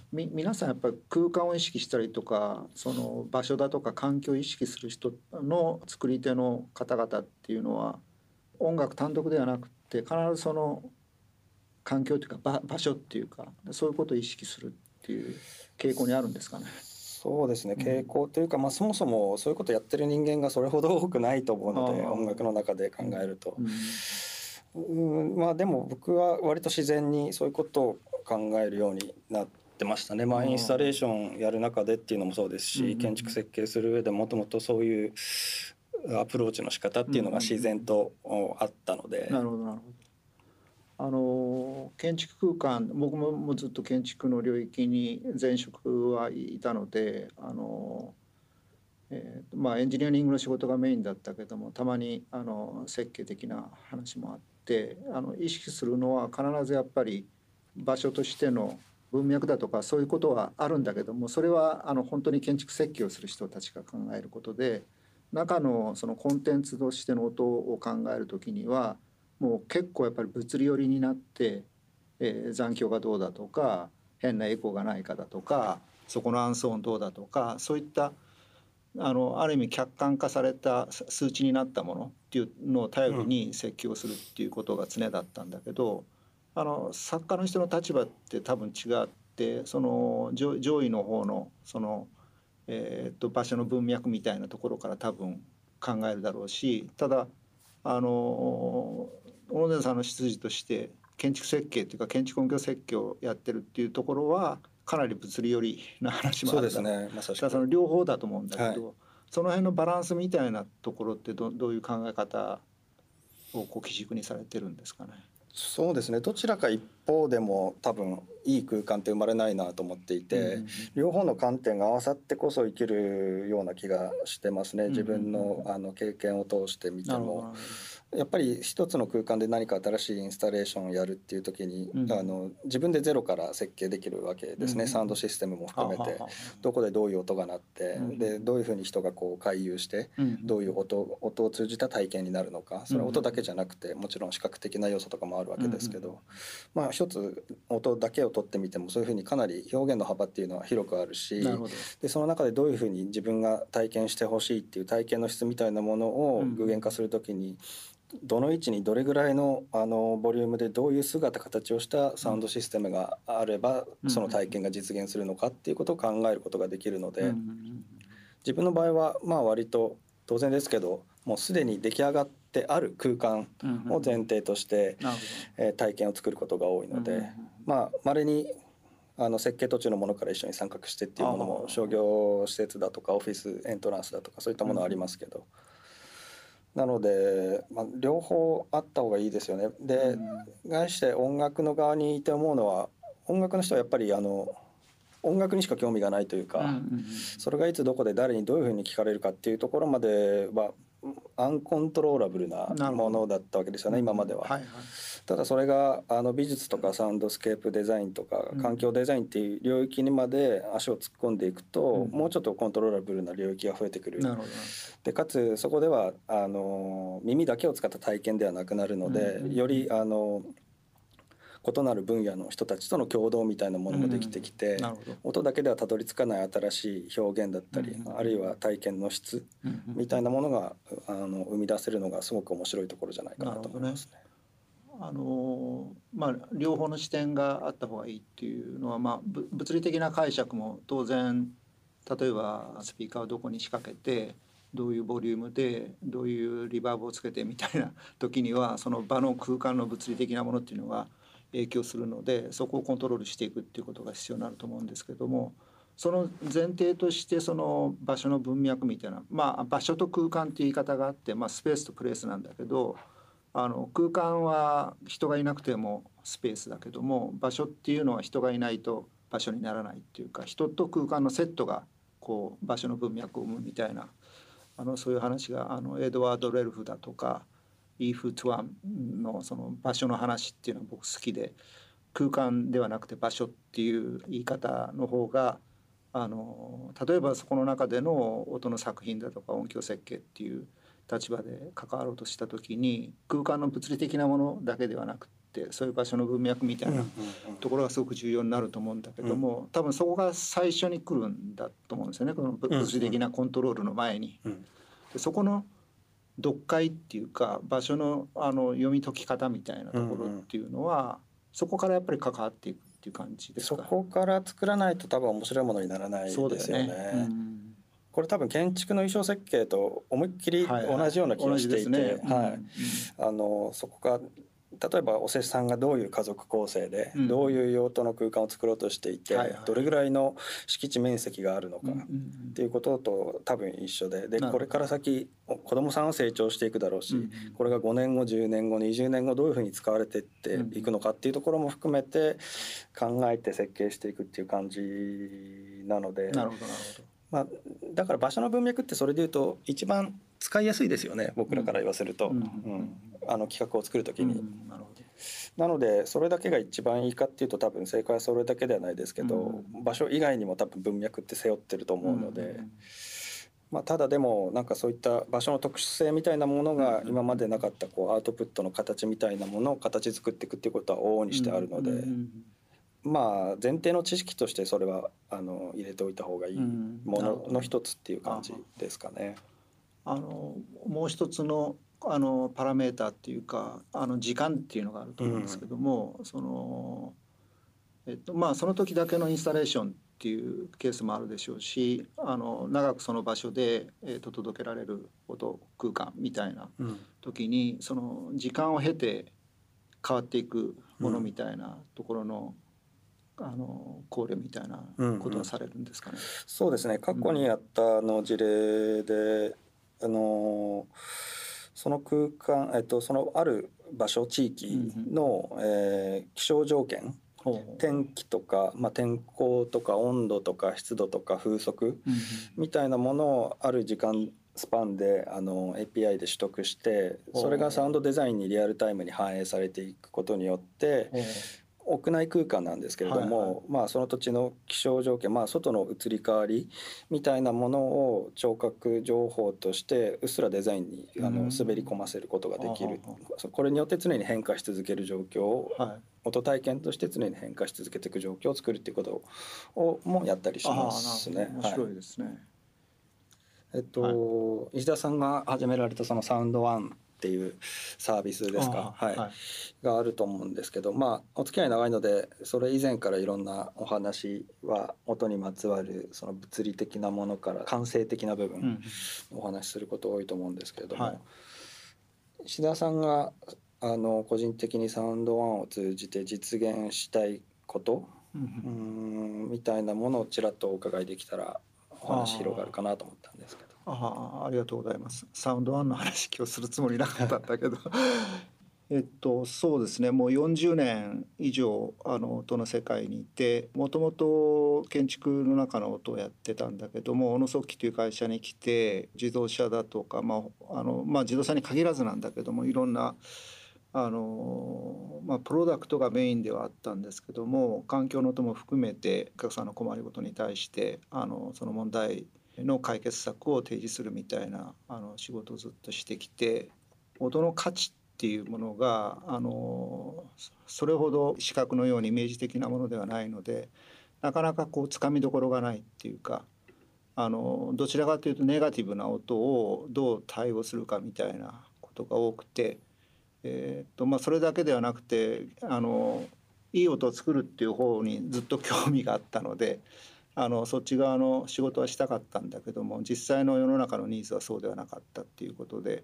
皆さんやっぱり空間を意識したりとかその場所だとか環境を意識する人の作り手の方々っていうのは音楽単独ではなくて必ずその環境というか場所っていうかそういうことを意識するっていう傾向にあるんですかね。 そうですね、傾向というか、そもそもそういうことやってる人間がそれほど多くないと思うので、音楽の中で考えると、でも僕は割と自然にそういうことを考えるようになってましたね。インスタレーションやる中でっていうのもそうですし、建築設計する上でもともとそういうアプローチの仕方っていうのが自然とあったので。 なるほどなるほど。建築空間僕もずっと建築の領域に前職はいたのでエンジニアリングの仕事がメインだったけどもたまに設計的な話もあって意識するのは必ずやっぱり場所としての文脈だとかそういうことはあるんだけどもそれは本当に建築設計をする人たちが考えることで中のそのコンテンツとしての音を考えるときにはもう結構やっぱり物理寄りになって、残響がどうだとか変なエコーがないかだとかそこの暗騒音どうだとかそういったある意味客観化された数値になったものっていうのを頼りに設計をするっていうことが常だったんだけど、作家の人の立場って多分違ってその上位の方のその、場所の文脈みたいなところから多分考えるだろうしただ小野寺さんの出自として建築設計っていうか建築音響設計をやってるっていうところはかなり物理寄りな話もあるだろう。 そうですね、まさしく。 だからその両方だと思うんだけど、 はい、 その辺のバランスみたいなところってどういう考え方を基軸にされてるんですかね。 そうですね、どちらか一方でも多分いい空間って生まれないなと思っていて、両方の観点が合わさってこそ生きるような気がしてますね。自分の経験を通してみてもやっぱり一つの空間で何か新しいインスタレーションをやるっていう時に、自分でゼロから設計できるわけですね。サウンドシステムも含めてどこでどういう音が鳴って、でどういうふうに人がこう回遊して、どういう音を通じた体験になるのか、それは音だけじゃなくてもちろん視覚的な要素とかもあるわけですけど、一つ音だけを取ってみてもそういうふうにかなり表現の幅っていうのは広くあるし、でその中でどういうふうに自分が体験してほしいっていう体験の質みたいなものを具現化するときに、どの位置にどれぐらいのボリュームでどういう姿形をしたサウンドシステムがあればその体験が実現するのかっていうことを考えることができるので、自分の場合は割と当然ですけどもうすでに出来上がってある空間を前提として体験を作ることが多いので、稀に設計途中のものから一緒に参画してっていうものも商業施設だとかオフィスエントランスだとかそういったものはありますけど、なので、両方あった方がいいですよね。で、概して音楽の側にいて思うのは音楽の人はやっぱり音楽にしか興味がないというか、それがいつどこで誰にどういうふうに聞かれるかっていうところまではアンコントローラブルなものだったわけですよね、今までは。ただそれが美術とかサウンドスケープデザインとか環境デザインっていう領域にまで足を突っ込んでいくと、もうちょっとコントローラブルな領域が増えてくる。でかつそこでは耳だけを使った体験ではなくなるので、より異なる分野の人たちとの共同みたいなものもできてきて、音だけではたどり着かない新しい表現だったり、あるいは体験の質みたいなものが生み出せるのがすごく面白いところじゃないかなと思いますね。 両方の視点があった方がいいっていうのは、物理的な解釈も当然例えばスピーカーをどこに仕掛けてどういうボリュームでどういうリバーブをつけてみたいな時にはその場の空間の物理的なものっていうのが影響するのでそこをコントロールしていくっていうことが必要になると思うんですけども、その前提としてその場所の文脈みたいな、場所と空間っていう言い方があって、スペースとプレイスなんだけど、空間は人がいなくてもスペースだけども場所っていうのは人がいないと場所にならないっていうか、人と空間のセットがこう場所の文脈を生むみたいなそういう話がエドワード・レルフだとかイーフ・トゥアンのその場所の話っていうのは僕好きで、空間ではなくて場所っていう言い方の方が例えばそこの中での音の作品だとか音響設計っていう立場で関わろうとした時に空間の物理的なものだけではなくってそういう場所の文脈みたいなところがすごく重要になると思うんだけども、多分そこが最初に来るんだと思うんですよね、この物理的なコントロールの前に。でそこの読解っていうか場所の読み解き方みたいなところっていうのは、そこからやっぱり関わっていくっていう感じですか。 そこから作らないと多分面白いものにならないですよね。 そうだよね。 これ多分建築の衣装設計と思いっきり同じような気がしていて、そこが例えばお施主さんがどういう家族構成でどういう用途の空間を作ろうとしていて、どれぐらいの敷地面積があるのかっていうことと多分一緒で、これから先子どもさんは成長していくだろうし、これが5年後10年後20年後どういうふうに使われていっていくのかっていうところも含めて考えて設計していくっていう感じなので。 なるほどなるほど。 だから場所の文脈ってそれでいうと一番使いやすいですよね、僕らから言わせると、企画を作る時に。なのでそれだけが一番いいかっていうと多分正解はそれだけではないですけど、場所以外にも多分文脈って背負ってると思うので、ただでもなんかそういった場所の特殊性みたいなものが今までなかったアウトプットの形みたいなものを形作っていくっていうことは往々にしてあるので。前提の知識としてそれは入れておいた方がいいものの一つっていう感じですかね。 もう一つのパラメーターっていうか時間っていうのがあると思うんですけども、その時だけのインスタレーションっていうケースもあるでしょうし、長くその場所で、届けられる音空間みたいな時に、その時間を経て変わっていくものみたいなところの考慮みたいなことはされるんですかね。 そうですね、過去にやった事例で、その空間、そのある場所地域の、気象条件、天気とか、天候とか温度とか湿度とか風速みたいなものをある時間スパンでAPI で取得して、それがサウンドデザインにリアルタイムに反映されていくことによって屋内空間なんですけれども、その土地の気象条件、外の移り変わりみたいなものを聴覚情報としてうっすらデザインに滑り込ませることができる。これによって常に変化し続ける状況を、音体験として常に変化し続けていく状況を作るっていうことをもやったりしますね。 面白いですね。 石田さんが始められたそのサウンドワンっていうサービスですか、があると思うんですけど、お付き合い長いのでそれ以前からいろんなお話は音にまつわるその物理的なものから感性的な部分お話しすること多いと思うんですけれども、石田さんが個人的にサウンドワンを通じて実現したいことみたいなものをちらっとお伺いできたらお話広がるかなと思ったんですけど。 ありがとうございます。サウンドワンの話今日するつもりなかったんだけどそうですね、もう40年以上音の世界にいて、もともと建築の中の音をやってたんだけども、小野速記という会社に来て自動車だとか、自動車に限らずなんだけどもいろんなプロダクトがメインではあったんですけども、環境の音も含めてお客さんの困りごとに対してその問題の解決策を提示するみたいな仕事をずっとしてきて、音の価値っていうものがそれほど視覚のようにイメージ的なものではないので、なかなかつかみどころがないっていうか、どちらかというとネガティブな音をどう対応するかみたいなことが多くて、それだけではなくていい音を作るっていう方にずっと興味があったので、そっち側の仕事はしたかったんだけども、実際の世の中のニーズはそうではなかったっていうことで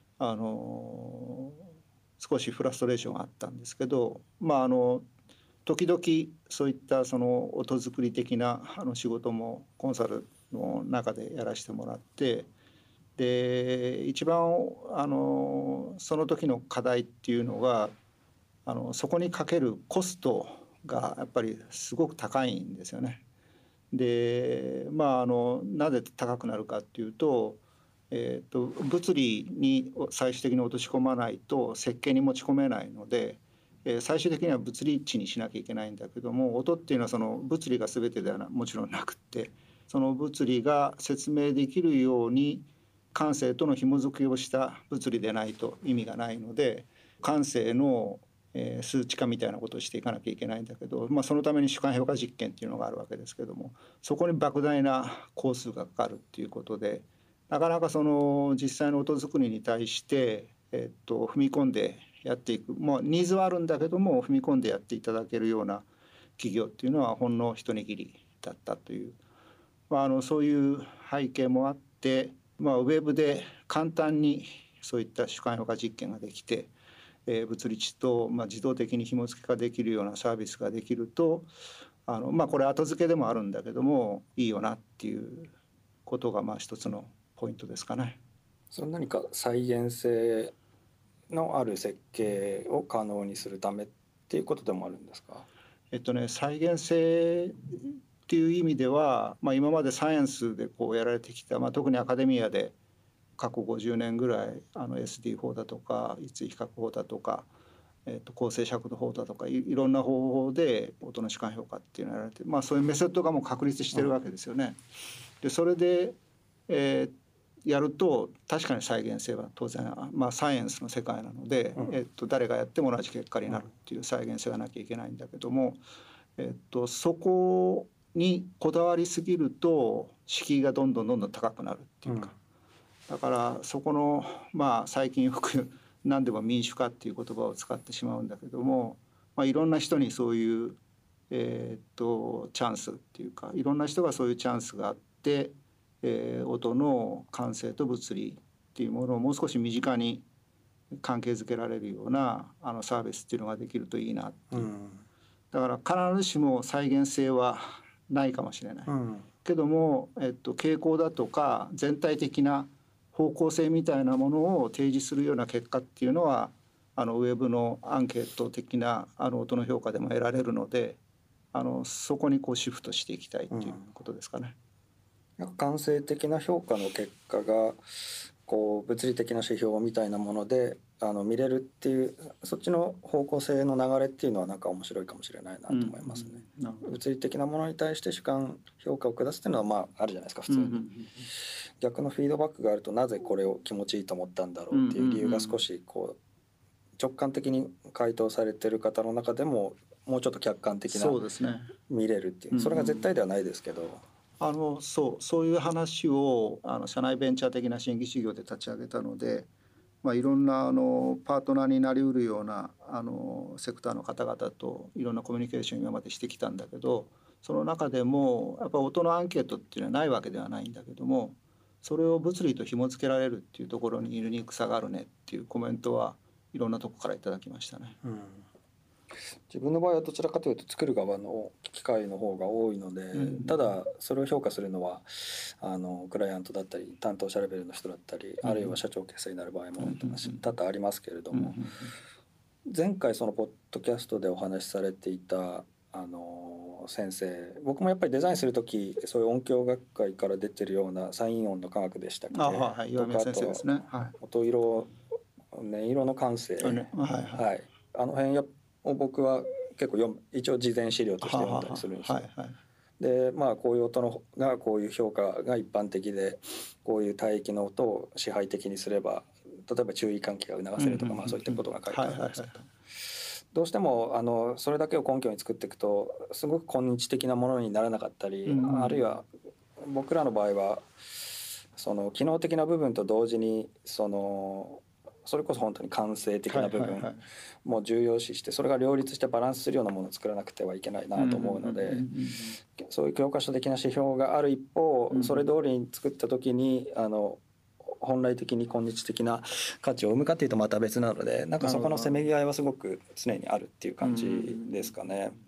少しフラストレーションがあったんですけど、時々そういったその音作り的な仕事もコンサルの中でやらせてもらって、で一番その時の課題っていうのがそこにかけるコストがやっぱりすごく高いんですよね。でなぜ高くなるかっていうと、物理に最終的に落とし込まないと設計に持ち込めないので、最終的には物理値にしなきゃいけないんだけども、音っていうのはその物理が全てではもちろんなくって、その物理が説明できるように感性との紐づきをした物理でないと意味がないので、感性の数値化みたいなことをしていかなきゃいけないんだけど、そのために主観評価実験っていうのがあるわけですけども、そこに莫大な工数がかかるっていうことで、なかなかその実際の音作りに対して、踏み込んでやっていく、ニーズはあるんだけども踏み込んでやっていただけるような企業っていうのはほんの一握りだったという、そういう背景もあって、ウェブで簡単にそういった主観評価実験ができて、物理値と自動的に紐付けができるようなサービスができると、これ後付けでもあるんだけどもいいよなっていうことが一つのポイントですかね。 その何か再現性のある設計を可能にするためっていうことでもあるんですか？ 再現性っていう意味では、今までサイエンスでこうやられてきた、特にアカデミアで過去50年ぐらいSD 法だとか一対比較法だとか、構成尺度法だとかいろんな方法で音の主観評価っていうのをやられて、そういうメソッドがもう確立してるわけですよね。でそれで、やると確かに再現性は当然、サイエンスの世界なので、誰がやっても同じ結果になるっていう再現性がなきゃいけないんだけども、そこにこだわりすぎると敷居がどんどん高くなるっていうか、だからそこの最近よく何でも民主化っていう言葉を使ってしまうんだけども、いろんな人にそういう、チャンスっていうか、いろんな人がそういうチャンスがあって、音の感性と物理っていうものをもう少し身近に関係づけられるようなサービスっていうのができるといいなっていう、だから必ずしも再現性はないかもしれない、けども、傾向だとか全体的な方向性みたいなものを提示するような結果っていうのはウェブのアンケート的な音の評価でも得られるので、そこにこうシフトしていきたいっていうことですかね。 感性的な評価の結果がこう物理的な指標みたいなもので見れるっていう、そっちの方向性の流れっていうのはなんか面白いかもしれないなと思いますね。物理的なものに対して主観評価を下すっていうのはあるじゃないですか普通に。逆のフィードバックがあるとなぜこれを気持ちいいと思ったんだろうっていう理由が少しこう直感的に回答されてる方の中でももうちょっと客観的な見れるっていう、それが絶対ではないですけど。 そういう話を社内ベンチャー的な新規事業で立ち上げたので、いろんなパートナーになりうるようなセクターの方々といろんなコミュニケーションを今までしてきたんだけど、その中でもやっぱ音のアンケートっていうのはないわけではないんだけども、それを物理と紐付けられるっていうところにユニークさがあるねっていうコメントはいろんなとこからいただきましたね。 自分の場合はどちらかというと作る側の機械の方が多いので、ただそれを評価するのはクライアントだったり担当者レベルの人だったり、あるいは社長決済になる場合も多々ありますけれども、前回そのポッドキャストでお話しされていた先生、僕もやっぱりデザインする時そういう音響学会から出てるようなサイン音の科学でしたっけ、とかあと音色音色の感性、あの辺を僕は結構一応事前資料として読んだりするんですよ。でこういう音のがこういう評価が一般的で、こういう帯域の音を支配的にすれば例えば注意喚起が促せるとか、そういったことが書いてあるんですけど、どうしてもそれだけを根拠に作っていくとすごく今日的なものにならなかったり、あるいは僕らの場合はその機能的な部分と同時にそれこそ本当に感性的な部分も重要視して、それが両立してバランスするようなものを作らなくてはいけないなと思うので、そういう教科書的な指標がある一方、それ通りに作った時に本来的に今日的な価値を生むかっていうとまた別なので、なんかそこのせめぎ合いはすごく常にあるっていう感じですかね。